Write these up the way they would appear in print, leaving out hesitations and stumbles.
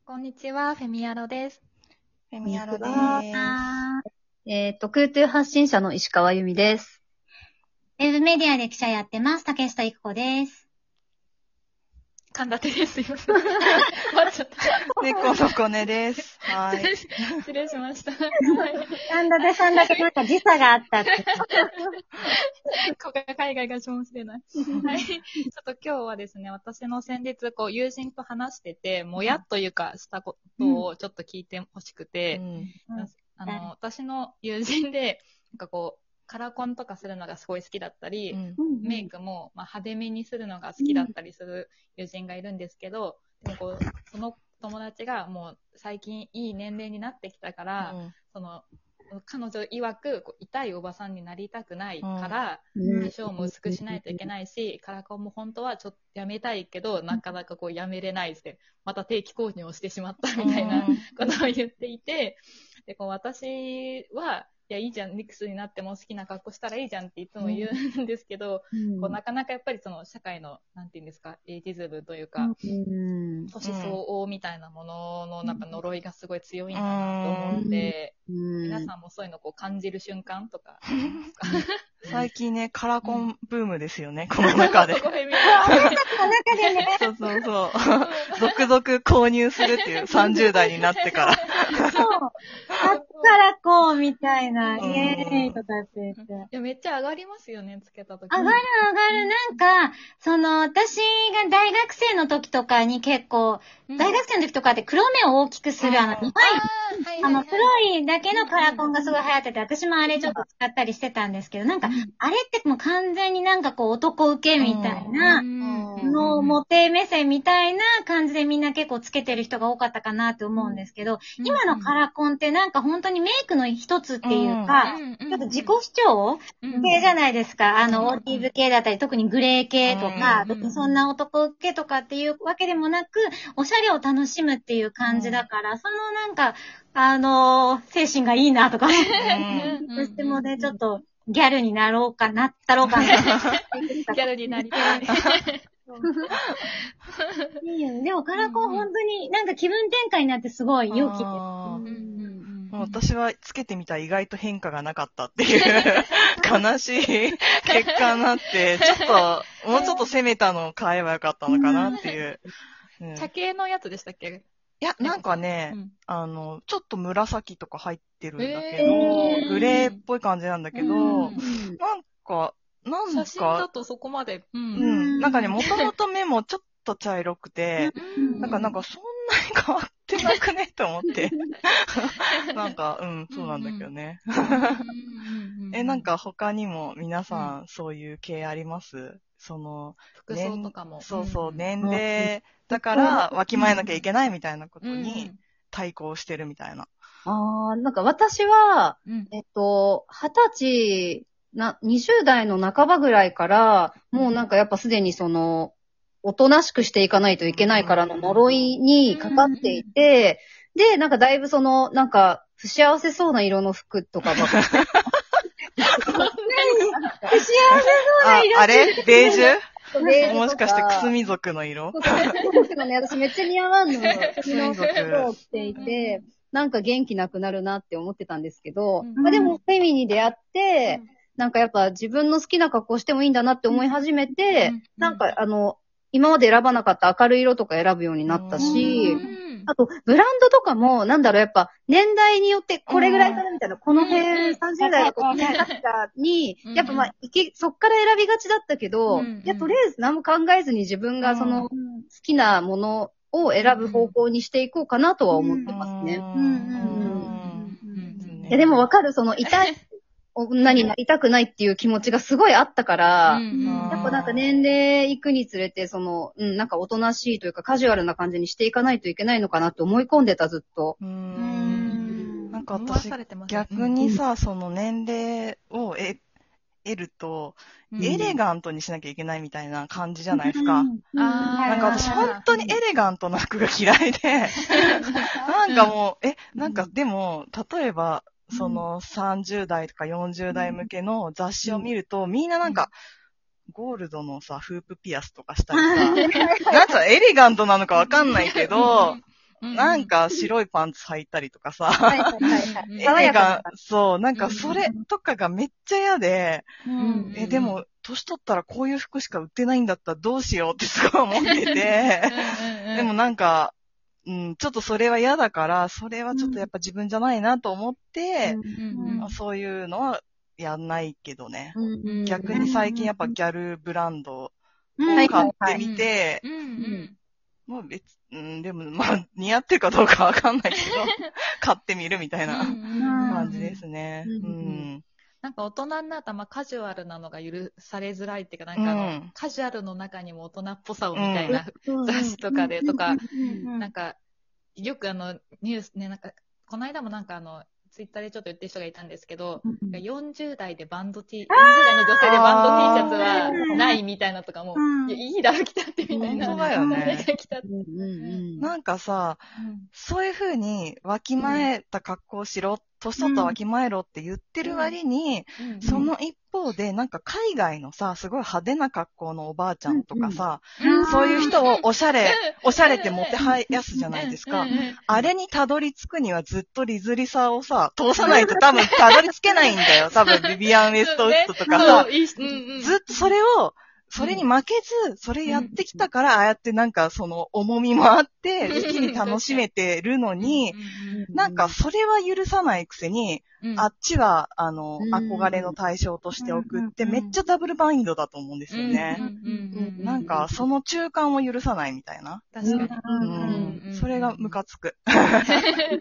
こんにちは、フェミアロです。 フェミアロでこんにーす。 空中発信者の石川由美です。 ウェブメディアで記者やってます。竹下育子です。 神田手です。終わっちゃった。 猫のコネです。はい。 失礼しました。 神田さんだけなんか時差があったって。 ここが海外がかもしれない。はい。ちょっと今日はですね、私の先日、友人と話してて、もやっというかしたことをちょっと聞いてほしくて、私の友人で、カラコンとかするのがすごい好きだったり、メイクも派手めにするのが好きだったりする友人がいるんですけど、でもその友達がもう最近いい年齢になってきたから、彼女曰く痛いおばさんになりたくないから、化粧も薄くしないといけないし、カラコンも本当はちょっとやめたいけど、なかなかやめれないって、また定期購入をしてしまったみたいなことを言っていて、で私は、いや、いいじゃん、ミックスになっても好きな格好したらいいじゃんっていつも言うんですけど、なかなかやっぱりその社会の、なんていうんですか、エイジズムというか、年相応みたいなもののなんか呪いがすごい強いんだなと思って、皆さんもそういうの感じる瞬間とか。 最近ね、カラコンブームですよね、この中で。 中でね。 そう。続々購入するっていう30代になってから。 そう。あったらこうみたいな、イエーイとかって言って。いや、めっちゃ上がりますよね、つけた時。 上がる。なんか、私が大学生の時とかに結構、大学生の時とかって黒目を大きくする黒いだけのカラコンがすごい流行ってて、私もあれちょっと使ったりしてたんですけど、なんか、あれってもう完全になんか男受けみたいな、モテ目線みたいな感じでみんな結構つけてる人が多かったかなと思うんですけど、今のカラコンってなんか本当にメイクの一つっていうか、ちょっと自己主張系じゃないですか。オーリーブ系だったり、特にグレー系とか、そんな男受けとかっていうわけでもなく、おしゃれを楽しむっていう感じだから、そのなんか、精神がいいなとか、そしてもね、ちょっとギャルになろうかな。 ギャルになりたい。 いいよね。でもカラコン本当になんか気分転換になってすごい良きです。 私はつけてみたら意外と変化がなかったっていう悲しい結果になって、もうちょっと攻めたのを買えばよかったのかなっていう。 茶系のやつでしたっけ？ いや、なんかね、ちょっと紫とか入ってるんだけど、グレーっぽい感じなんだけど、なんか、 写真だとそこまで。 なんかね、もともと目もちょっと茶色くて、なんかそんなに変わってなくねと思って。なんか、そうなんだけどね。なんか他にも皆さんそういう系あります？ 服装とかも。 そう、年齢だからわきまえなきゃいけないみたいなことに対抗してるみたいな。 なんか私は、20歳、20代の半ばぐらいから、もうなんかやっぱすでにおとなしくしていかないといけないからの呪いにかかっていて、で、なんかだいぶなんか不幸せそうな色の服とかばっかり。不幸せそうな色あれベージュもしかしてくすみ族の色私めっちゃ似合わんの。くすみ族を着ていて、なんか元気なくなるなって思ってたんですけど、でもフェミに出会って、なんかやっぱ自分の好きな格好してもいいんだなって思い始めて、なんか今まで選ばなかった明るい色とか選ぶようになったし、あと、ブランドとかも、やっぱ、年代によってこれぐらいからみたいな、この辺30代とかに、やっぱそっから選びがちだったけど、いや、とりあえず何も考えずに自分が好きなものを選ぶ方向にしていこうかなとは思ってますね。いや、でもわかる、痛い女になりたくないっていう気持ちがすごいあったから、やっぱなんか年齢いくにつれて、なんかおとなしいというかカジュアルな感じにしていかないといけないのかなって思い込んでた、ずっと。 なんか私、逆にさ、その年齢を得ると、エレガントにしなきゃいけないみたいな感じじゃないですか。なんか私本当にエレガントな服が嫌いで、なんかもう、なんかでも、例えば、30代とか40代向けの雑誌を見ると、みんななんか、ゴールドのさ、フープピアスとかしたりさ、なんかエレガントなのかわかんないけど、 なんか白いパンツ履いたりとかさ、そう、なんかそれとかがめっちゃ嫌で、でも、年取ったらこういう服しか売ってないんだったらどうしようってすごい思ってて、でもなんか、ちょっとそれは嫌だから、それはちょっとやっぱ自分じゃないなと思って、そういうのはやんないけどね。逆に最近やっぱギャルブランドを買ってみて、もうでもまあ似合ってるかどうかわかんないけど、買ってみるみたいな感じですね。 なんか大人になったら、カジュアルなのが許されづらいっていうか、なんかカジュアルの中にも大人っぽさをみたいな雑誌とかでとか、なんか、よくニュースね、なんか、この間もなんかツイッターでちょっと言ってる人がいたんですけど、40代の女性でバンド T シャツはないみたいなとかも、いいだろ来たってみたいな。 そうだよね。なんかさ、そういう風にわきまえた格好をしろ、年取ったわきまえろって言ってる割に、その一方で、なんか海外のさ、すごい派手な格好のおばあちゃんとかさ、そういう人をおしゃれってもてはやすじゃないですか。あれにたどり着くにはずっとリズリサをさ、通さないと多分たどり着けないんだよ。多分ビビアン・ウェストウッドとかさ、ずっとそれに負けず、それやってきたから、ああやってなんかその重みもあって、一気に楽しめてるのに、なんかそれは許さないくせに、あっちは、憧れの対象として送って、めっちゃダブルバインドだと思うんですよね。なんか、その中間を許さないみたいな。 確かに。 それがムカつく。 確かに。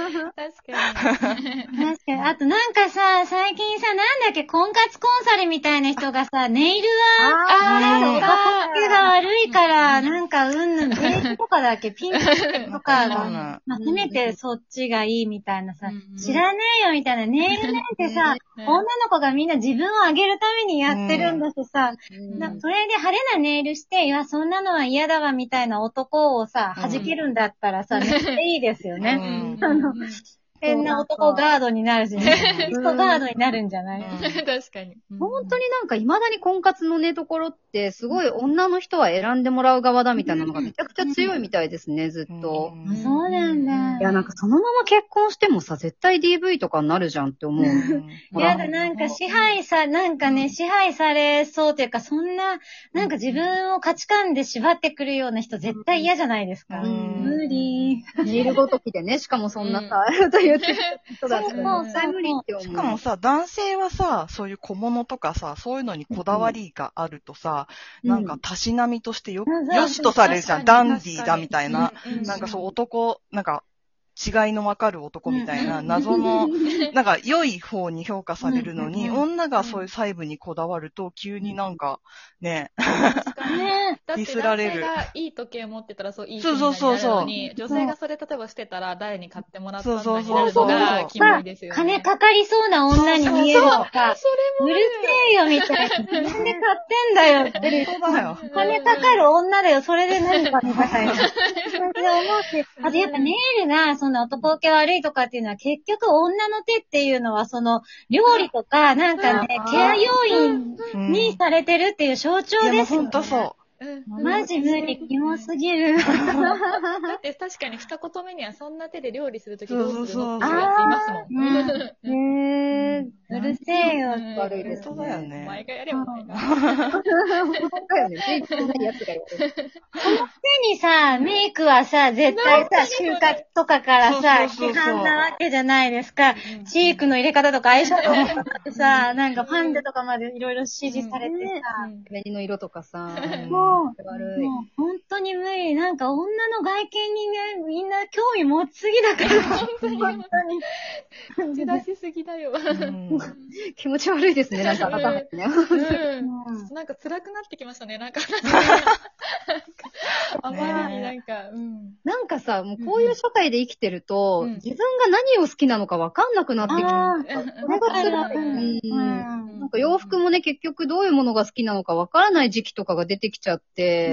あとなんかさ、最近さ、なんだっけ、婚活コンサルみたいな人がさ、ネイルは、手が悪いから、なんか、ベージュとかだっけ、ピンクとかが、せめてそっちがいいみたいなさ、知らねえよみたいな、ネイルなんてさ、女の子がみんな自分を上げるためにやってるんだしさ、それで派手なネイルして、いや、そんなのは嫌だわみたいな男をさ、弾けるんだったらさ、めっちゃいいですよね。変な男ガードになるしね。人ガードになるんじゃない？ 確かに。 本当になんか未だに婚活のねところって、すごい女の人は選んでもらう側だみたいなのがめちゃくちゃ強いみたいですね、ずっと。 そうなんだ。 いや、なんかそのまま結婚してもさ、絶対 DV とかになるじゃんって思う。 いやだ、なんか支配されそうというか、そんな、なんか自分を価値観で縛ってくるような人絶対嫌じゃないですか。無理。 見るごときでね、しかもそんなさ、と言ってる人だったら絶対無理って思う。 しかもさ、男性はさ、そういう小物とかさ、そういうのにこだわりがあるとさ、なんかたしなみとしてよしとされるじゃん。ダンディーだみたいな。なんかそう男、なんか、違いのわかる男みたいな謎の、なんか良い方に評価されるのに、女がそういう細部にこだわると急になんか、ね、ディスられる。 男性がいい時計持ってたらそういい人になるのに、女性がそれ例えばしてたら誰に買ってもらったんだになるのがキモいですよね。 金かかりそうな女に見えるとか、うるせえよみたいな。なんで買ってんだよって。金かかる女だよ、それで何かみたいな。あとやっぱネイルが、その男受け悪いとかっていうのは結局女の手っていうのはその料理とかなんかね、ケア要員にされてるっていう象徴ですよね。いや、 ほんとそう。 マジ無理、キモすぎる。 だって確かに二言目にはそんな手で料理するときどうするのっていうやついますもん。 うるせえよ。 悪いです。 そうだよね。 お前がやればお前が。 そうだよね。メイクないやつがやる。 この手にさ、メイクはさ、絶対さ、就活とかからさ、批判なわけじゃないですか。チークの入れ方とかアイシャドウとかってさ、なんかファンデとかまでいろいろ指示されてさ。 紅の色とかさ。 もう本当に無理。なんか女の外見にね、みんな興味持ちすぎだから、本当に。 手出しすぎだよ。 気持ち悪いですね、なんか改めてね。 なんか辛くなってきましたね、なんか。あまりになんか、 なんかさ、もうこういう社会で生きてると、自分が何を好きなのか分かんなくなってきた。それが辛い。なんか洋服もね、結局どういうものが好きなのか分からない時期とかが出てきちゃって、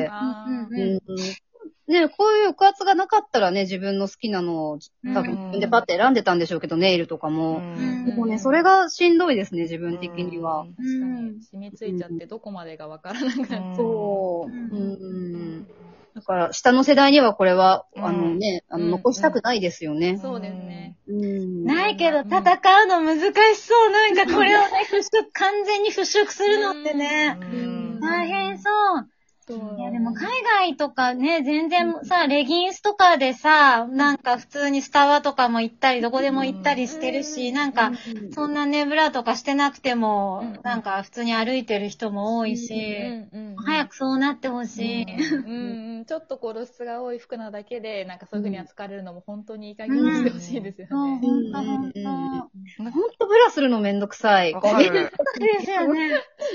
ね、こういう抑圧がなかったらね、自分の好きなのを多分自分でパッて選んでたんでしょうけど、ネイルとかも。でもね、それがしんどいですね、自分的には。 確かに。染みついちゃってどこまでがわからなくなって。 そう。 だから、下の世代にはこれは、残したくないですよね。 そうですね。 ないけど、戦うの難しそう。なんかこれをね、完全に払拭するのってね、大変そう。いやでも海外とかね、全然さ、レギンスとかでさ、なんか普通にスタバとかも行ったり、どこでも行ったりしてるし、なんか、そんなね、ブラとかしてなくても、なんか普通に歩いてる人も多いし、早くそうなってほしい。 ちょっとこう露出が多い服なだけで、なんかそういう風に扱われるのも本当にいい加減にしてほしいですよね。 ほんとブラするのめんどくさい。 わかる。 ですよね。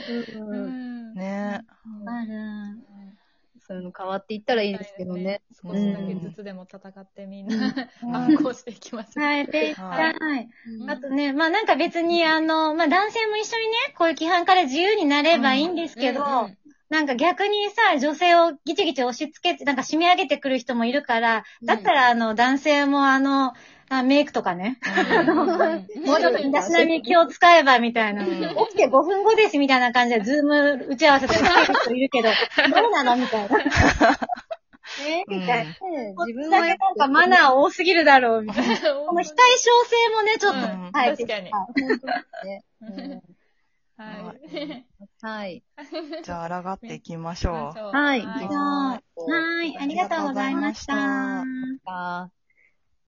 ね。 そういうの変わっていったらいいですけどね。 少しだけずつでも戦ってみんな、こうしていきましょう。 はい、あとね、まあなんか別にまあ男性も一緒にね、こういう規範から自由になればいいんですけど、なんか逆にさ、女性をギチギチ押し付けて、なんか締め上げてくる人もいるから、だったら男性もメイクとかね。もうちょっと身だしなみに気を使えばみたいな。起きて5分後ですみたいな感じで、ズーム打ち合わせとかしてる人いるけど、どうなのみたいな。みたいな。自分だけなんかマナー多すぎるだろうみたいな。この非対称性もね、ちょっと。 確かに。 はい。 じゃあ、抗っていきましょう。 はい。 はい。ありがとうございました。